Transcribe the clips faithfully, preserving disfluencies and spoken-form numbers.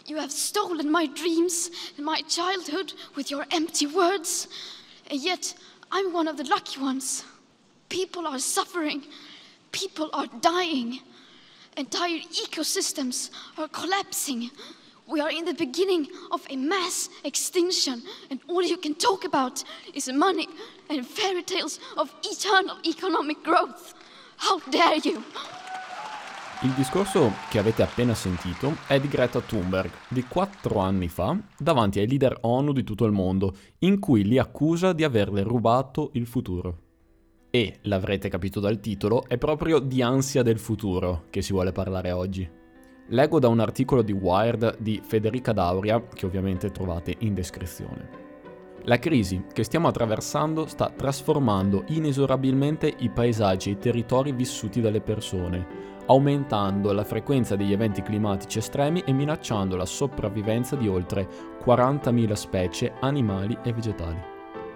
You have stolen my dreams and my childhood with your empty words, and yet I'm one of the lucky ones. People are suffering, people are dying, entire ecosystems are collapsing. We are in the beginning of a mass extinction, and all you can talk about is money and fairy tales of eternal economic growth. How dare you? Il discorso che avete appena sentito è di Greta Thunberg, di quattro anni fa, davanti ai leader ONU di tutto il mondo, in cui li accusa di averle rubato il futuro. E, l'avrete capito dal titolo, è proprio di ansia del futuro che si vuole parlare oggi. Leggo da un articolo di Wired di Federica Dauria, che ovviamente trovate in descrizione. La crisi che stiamo attraversando sta trasformando inesorabilmente i paesaggi e i territori vissuti dalle persone, aumentando la frequenza degli eventi climatici estremi e minacciando la sopravvivenza di oltre quarantamila specie animali e vegetali.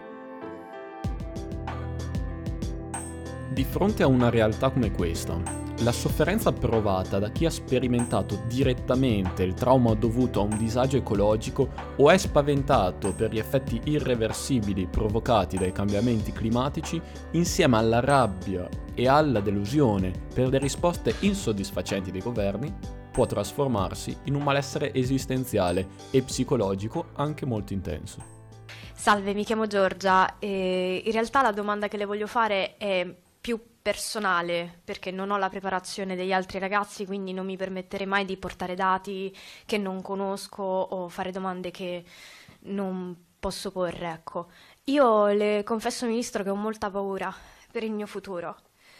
Di fronte a una realtà come questa, la sofferenza provata da chi ha sperimentato direttamente il trauma dovuto a un disagio ecologico o è spaventato per gli effetti irreversibili provocati dai cambiamenti climatici, insieme alla rabbia e alla delusione per le risposte insoddisfacenti dei governi, può trasformarsi in un malessere esistenziale e psicologico anche molto intenso. Salve, mi chiamo Giorgia e in realtà la domanda che le voglio fare è più personale, perché non ho la preparazione degli altri ragazzi, quindi non mi permetterei mai di portare dati che non conosco o fare domande che non posso porre, ecco. Io le confesso, Ministro, che ho molta paura per il mio futuro.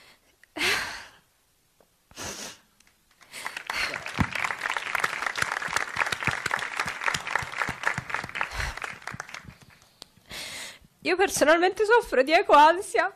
Io personalmente soffro di ecoansia.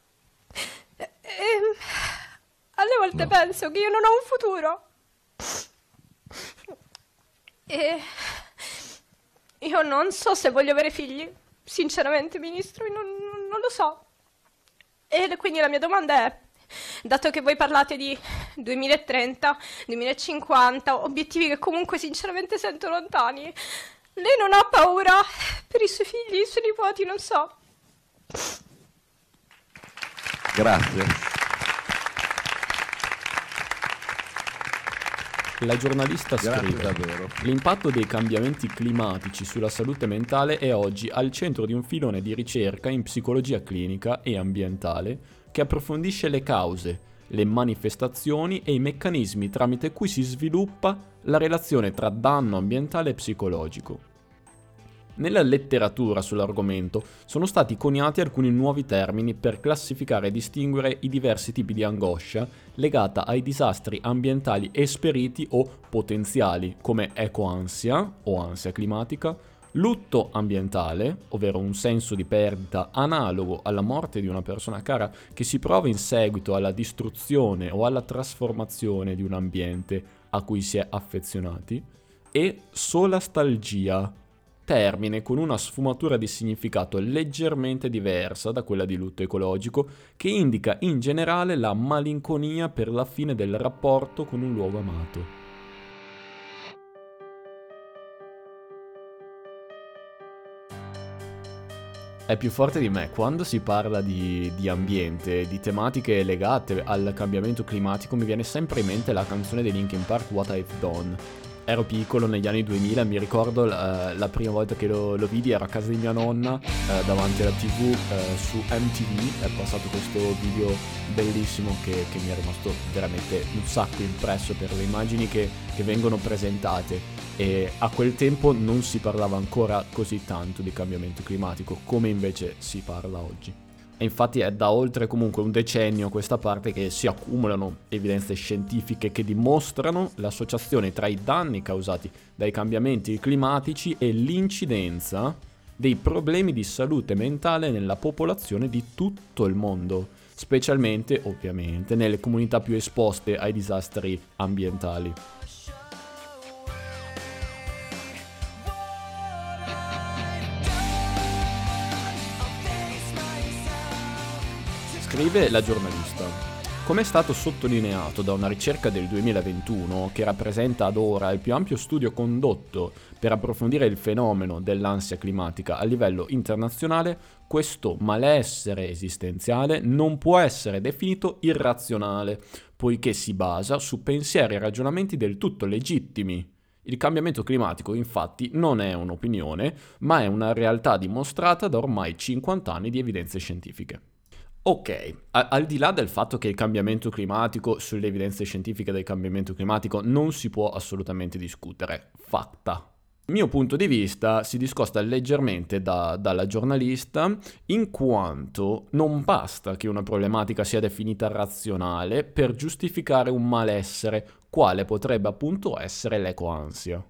E alle volte no. penso che io non ho un futuro. E io non so se voglio avere figli, sinceramente, Ministro, non, non lo so. E quindi la mia domanda è, dato che voi parlate di duemilatrenta, duemilacinquanta, obiettivi che comunque sinceramente sento lontani, lei non ha paura per i suoi figli, i suoi nipoti, non so. Grazie. La giornalista scrive: davvero. L'impatto dei cambiamenti climatici sulla salute mentale è oggi al centro di un filone di ricerca in psicologia clinica e ambientale che approfondisce le cause, le manifestazioni e i meccanismi tramite cui si sviluppa la relazione tra danno ambientale e psicologico. Nella letteratura sull'argomento sono stati coniati alcuni nuovi termini per classificare e distinguere i diversi tipi di angoscia legata ai disastri ambientali esperiti o potenziali, come ecoansia o ansia climatica, lutto ambientale, ovvero un senso di perdita analogo alla morte di una persona cara che si prova in seguito alla distruzione o alla trasformazione di un ambiente a cui si è affezionati, e solastalgia, termine con una sfumatura di significato leggermente diversa da quella di lutto ecologico, che indica in generale la malinconia per la fine del rapporto con un luogo amato. È più forte di me. Quando si parla di, di ambiente, di tematiche legate al cambiamento climatico, mi viene sempre in mente la canzone dei Linkin Park, What I've Done. Ero piccolo negli anni duemila, mi ricordo la, la prima volta che lo, lo vidi ero a casa di mia nonna, eh, davanti alla tivù, eh, su M T V, è passato questo video bellissimo che, che mi è rimasto veramente un sacco impresso per le immagini che, che vengono presentate, e a quel tempo non si parlava ancora così tanto di cambiamento climatico come invece si parla oggi. E infatti è da oltre comunque un decennio a questa parte che si accumulano evidenze scientifiche che dimostrano l'associazione tra i danni causati dai cambiamenti climatici e l'incidenza dei problemi di salute mentale nella popolazione di tutto il mondo, specialmente ovviamente nelle comunità più esposte ai disastri ambientali. Scrive la giornalista: Come è stato sottolineato da una ricerca del duemilaventuno, che rappresenta ad ora il più ampio studio condotto per approfondire il fenomeno dell'ansia climatica a livello internazionale, questo malessere esistenziale non può essere definito irrazionale, poiché si basa su pensieri e ragionamenti del tutto legittimi. Il cambiamento climatico, infatti, non è un'opinione, ma è una realtà dimostrata da ormai cinquanta anni di evidenze scientifiche. Ok, a- al di là del fatto che il cambiamento climatico, sulle evidenze scientifiche del cambiamento climatico, non si può assolutamente discutere, fatta. Il mio punto di vista si discosta leggermente da- dalla giornalista, in quanto non basta che una problematica sia definita razionale per giustificare un malessere, quale potrebbe appunto essere l'ecoansia.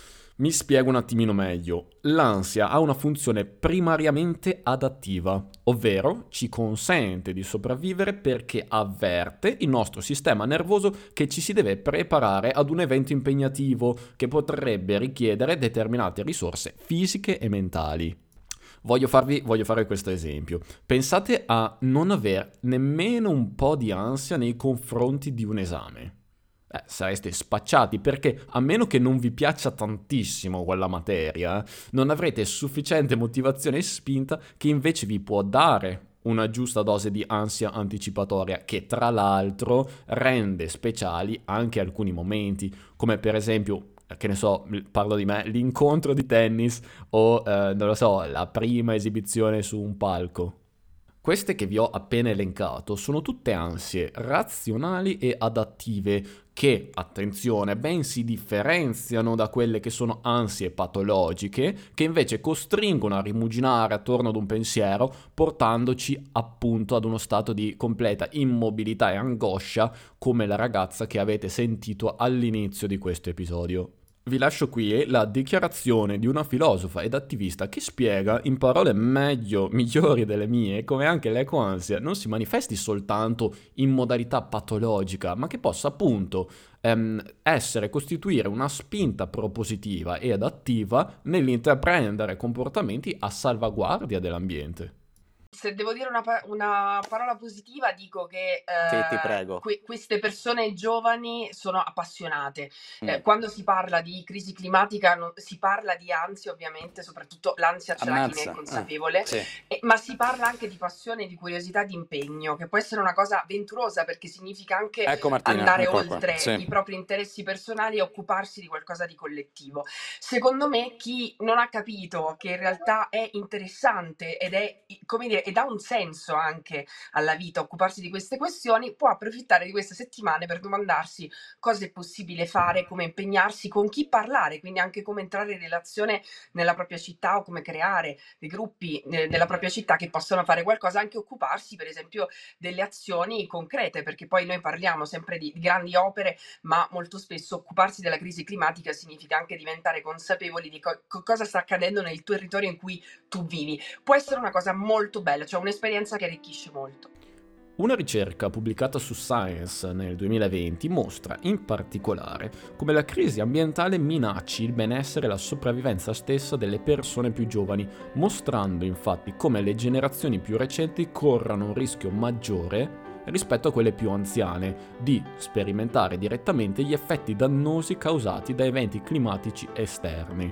Mi spiego un attimino meglio. L'ansia ha una funzione primariamente adattiva, ovvero ci consente di sopravvivere perché avverte il nostro sistema nervoso che ci si deve preparare ad un evento impegnativo che potrebbe richiedere determinate risorse fisiche e mentali. Voglio farvi, voglio fare questo esempio. Pensate a non aver nemmeno un po' di ansia nei confronti di un esame. Eh, sareste spacciati perché, a meno che non vi piaccia tantissimo quella materia, non avrete sufficiente motivazione e spinta che invece vi può dare una giusta dose di ansia anticipatoria, che tra l'altro rende speciali anche alcuni momenti, come per esempio, che ne so, parlo di me, l'incontro di tennis o, eh, non lo so, la prima esibizione su un palco. Queste che vi ho appena elencato sono tutte ansie razionali e adattive che, attenzione, ben si differenziano da quelle che sono ansie patologiche, che invece costringono a rimuginare attorno ad un pensiero, portandoci appunto ad uno stato di completa immobilità e angoscia, come la ragazza che avete sentito all'inizio di questo episodio. Vi lascio qui la dichiarazione di una filosofa ed attivista che spiega in parole meglio, migliori delle mie, come anche l'ecoansia non si manifesti soltanto in modalità patologica, ma che possa appunto ehm, essere, costituire una spinta propositiva e adattiva nell'intraprendere comportamenti a salvaguardia dell'ambiente. Se devo dire una, pa- una parola positiva, dico che eh, Sì, ti prego. que- queste persone giovani sono appassionate. Mm. Eh, quando si parla di crisi climatica non- si parla di ansia, ovviamente, soprattutto l'ansia ce l'ha chi ne Ammazza. è consapevole, Ah, sì. e- ma si parla anche di passione, di curiosità, di impegno, che può essere una cosa avventurosa perché significa anche Ecco Martina, andare eccola qua. oltre Sì. i propri interessi personali e occuparsi di qualcosa di collettivo. Secondo me, chi non ha capito che in realtà è interessante ed è, come dire, ed ha un senso anche alla vita occuparsi di queste questioni, può approfittare di queste settimane per domandarsi cosa è possibile fare, come impegnarsi, con chi parlare, quindi anche come entrare in relazione nella propria città o come creare dei gruppi eh, nella propria città che possano fare qualcosa, anche occuparsi per esempio delle azioni concrete, perché poi noi parliamo sempre di grandi opere, ma molto spesso occuparsi della crisi climatica significa anche diventare consapevoli di co- cosa sta accadendo nel territorio in cui tu vivi. Può essere una cosa molto bella, cioè un'esperienza che arricchisce molto. Una ricerca pubblicata su Science nel duemilaventi mostra in particolare come la crisi ambientale minacci il benessere e la sopravvivenza stessa delle persone più giovani, mostrando infatti come le generazioni più recenti corrano un rischio maggiore rispetto a quelle più anziane di sperimentare direttamente gli effetti dannosi causati da eventi climatici esterni.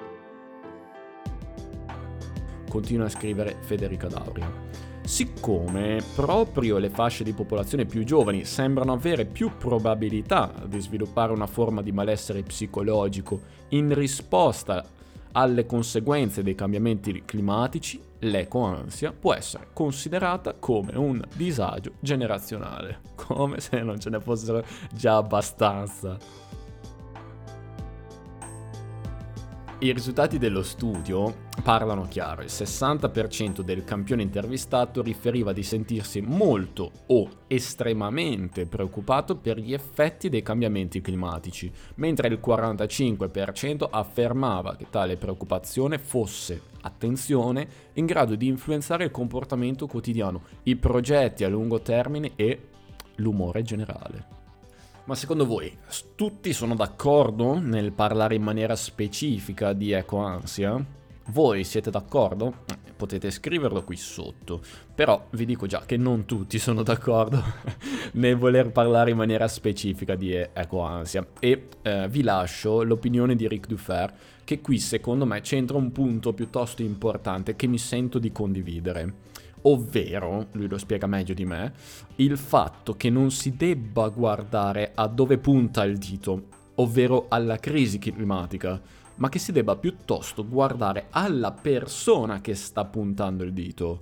Continua a scrivere Federica Dauria. Siccome proprio le fasce di popolazione più giovani sembrano avere più probabilità di sviluppare una forma di malessere psicologico in risposta alle conseguenze dei cambiamenti climatici, l'ecoansia può essere considerata come un disagio generazionale, come se non ce ne fossero già abbastanza. I risultati dello studio parlano chiaro, il sessanta per cento del campione intervistato riferiva di sentirsi molto o estremamente preoccupato per gli effetti dei cambiamenti climatici, mentre il quarantacinque per cento affermava che tale preoccupazione fosse, attenzione, in grado di influenzare il comportamento quotidiano, i progetti a lungo termine e l'umore generale. Ma secondo voi tutti sono d'accordo nel parlare in maniera specifica di ecoansia? Voi siete d'accordo? potete scriverlo qui sotto. Però vi dico già che non tutti sono d'accordo nel voler parlare in maniera specifica di ecoansia. E eh, vi lascio l'opinione di Ric Dufer, che qui secondo me c'entra un punto piuttosto importante che mi sento di condividere. Ovvero, lui lo spiega meglio di me, il fatto che non si debba guardare a dove punta il dito, ovvero alla crisi climatica, ma che si debba piuttosto guardare alla persona che sta puntando il dito.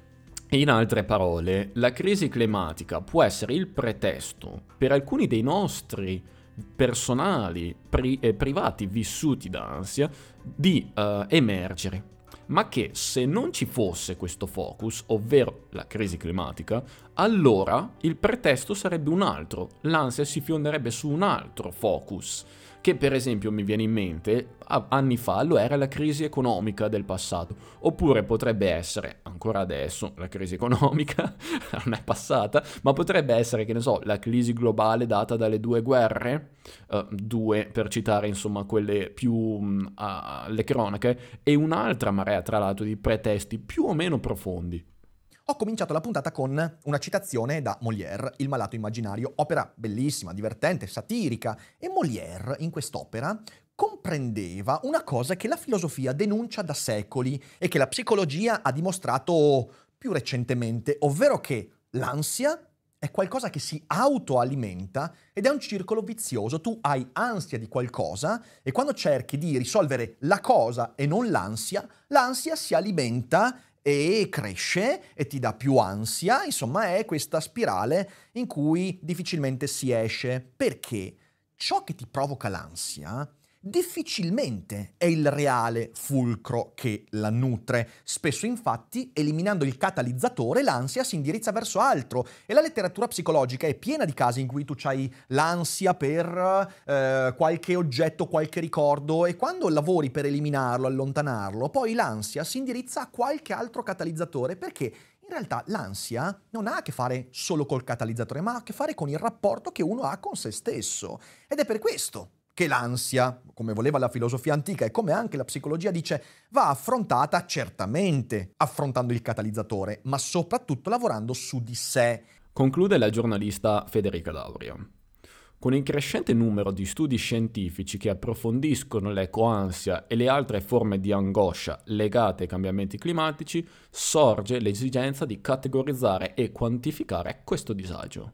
In altre parole, la crisi climatica può essere il pretesto per alcuni dei nostri personali, pri- eh, privati vissuti d'ansia di uh, emergere, ma che se non ci fosse questo focus, ovvero la crisi climatica, allora il pretesto sarebbe un altro, l'ansia si fionderebbe su un altro focus, che per esempio mi viene in mente, anni fa lo era la crisi economica del passato, oppure potrebbe essere, ancora adesso, la crisi economica, non è passata, ma potrebbe essere, che ne so, la crisi globale data dalle due guerre, uh, due per citare insomma quelle più uh, le cronache, e un'altra marea tra l'altro di pretesti più o meno profondi. Ho cominciato la puntata con una citazione da Molière, Il malato immaginario, opera bellissima, divertente, satirica, e Molière in quest'opera comprendeva una cosa che la filosofia denuncia da secoli e che la psicologia ha dimostrato più recentemente, ovvero che l'ansia è qualcosa che si autoalimenta ed è un circolo vizioso. Tu hai ansia di qualcosa e quando cerchi di risolvere la cosa e non l'ansia, l'ansia si alimenta e cresce e ti dà più ansia. Insomma, è questa spirale in cui difficilmente si esce, perché ciò che ti provoca l'ansia difficilmente è il reale fulcro che la nutre. Spesso, infatti, eliminando il catalizzatore, l'ansia si indirizza verso altro, e la letteratura psicologica è piena di casi in cui tu c'hai l'ansia per eh, qualche oggetto, qualche ricordo, e quando lavori per eliminarlo, allontanarlo, poi l'ansia si indirizza a qualche altro catalizzatore, perché in realtà l'ansia non ha a che fare solo col catalizzatore, ma ha a che fare con il rapporto che uno ha con se stesso. Ed è per questo che l'ansia, come voleva la filosofia antica e come anche la psicologia dice, va affrontata certamente affrontando il catalizzatore, ma soprattutto lavorando su di sé. Conclude la giornalista Federica Dauria. Con il crescente numero di studi scientifici che approfondiscono l'ecoansia e le altre forme di angoscia legate ai cambiamenti climatici, sorge l'esigenza di categorizzare e quantificare questo disagio.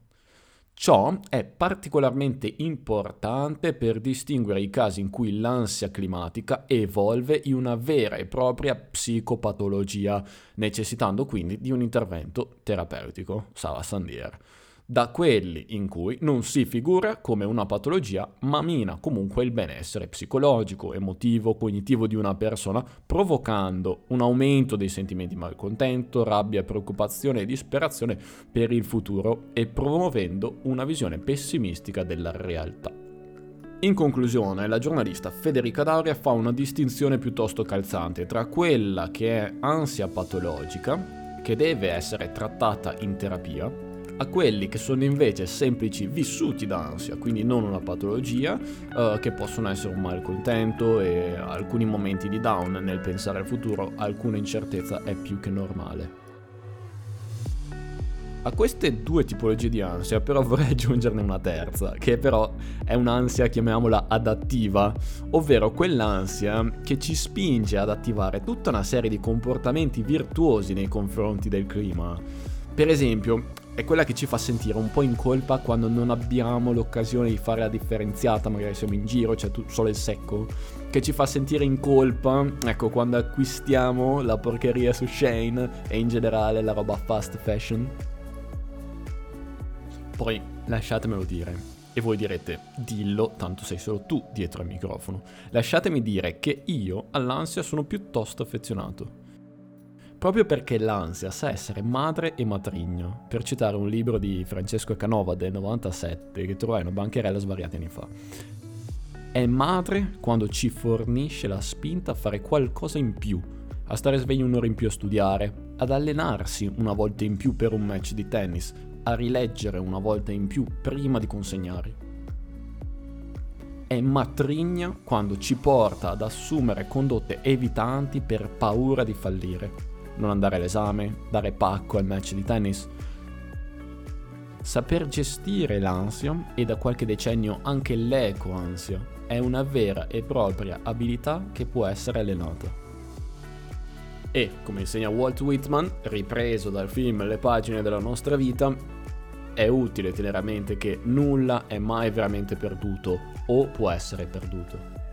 Ciò è particolarmente importante per distinguere i casi in cui l'ansia climatica evolve in una vera e propria psicopatologia, necessitando quindi di un intervento terapeutico, Sara Sandier, da quelli in cui non si figura come una patologia, ma mina comunque il benessere psicologico, emotivo, cognitivo di una persona, provocando un aumento dei sentimenti di malcontento, rabbia, preoccupazione e disperazione per il futuro e promuovendo una visione pessimistica della realtà. In conclusione, la giornalista Federica Dauria fa una distinzione piuttosto calzante tra quella che è ansia patologica, che deve essere trattata in terapia, a quelli che sono invece semplici vissuti d'ansia, quindi non una patologia, eh, che possono essere un malcontento e alcuni momenti di down nel pensare al futuro, alcuna incertezza è più che normale. A queste due tipologie di ansia però vorrei aggiungerne una terza, che però è un'ansia, chiamiamola adattiva, ovvero quell'ansia che ci spinge ad attivare tutta una serie di comportamenti virtuosi nei confronti del clima. Per esempio, è quella che ci fa sentire un po' in colpa quando non abbiamo l'occasione di fare la differenziata, magari siamo in giro, c'è tutto solo il secco, che ci fa sentire in colpa, ecco, quando acquistiamo la porcheria su Shein e in generale la roba fast fashion. Poi lasciatemelo dire, e voi direte, dillo, tanto sei solo tu dietro al microfono, lasciatemi dire che io all'ansia sono piuttosto affezionato. Proprio perché l'ansia sa essere madre e matrigno, per citare un libro di Francesco Canova del novantasette che trovai in una bancherella svariati anni fa. È madre quando ci fornisce la spinta a fare qualcosa in più, a stare svegli un'ora in più a studiare, ad allenarsi una volta in più per un match di tennis, a rileggere una volta in più prima di consegnare. È matrigna quando ci porta ad assumere condotte evitanti per paura di fallire. non andare all'esame, dare pacco al match di tennis. Saper gestire l'ansia, e da qualche decennio anche l'ecoansia, è una vera e propria abilità che può essere allenata. E, come insegna Walt Whitman, ripreso dal film Le pagine della nostra vita, è utile tenere a mente che nulla è mai veramente perduto o può essere perduto.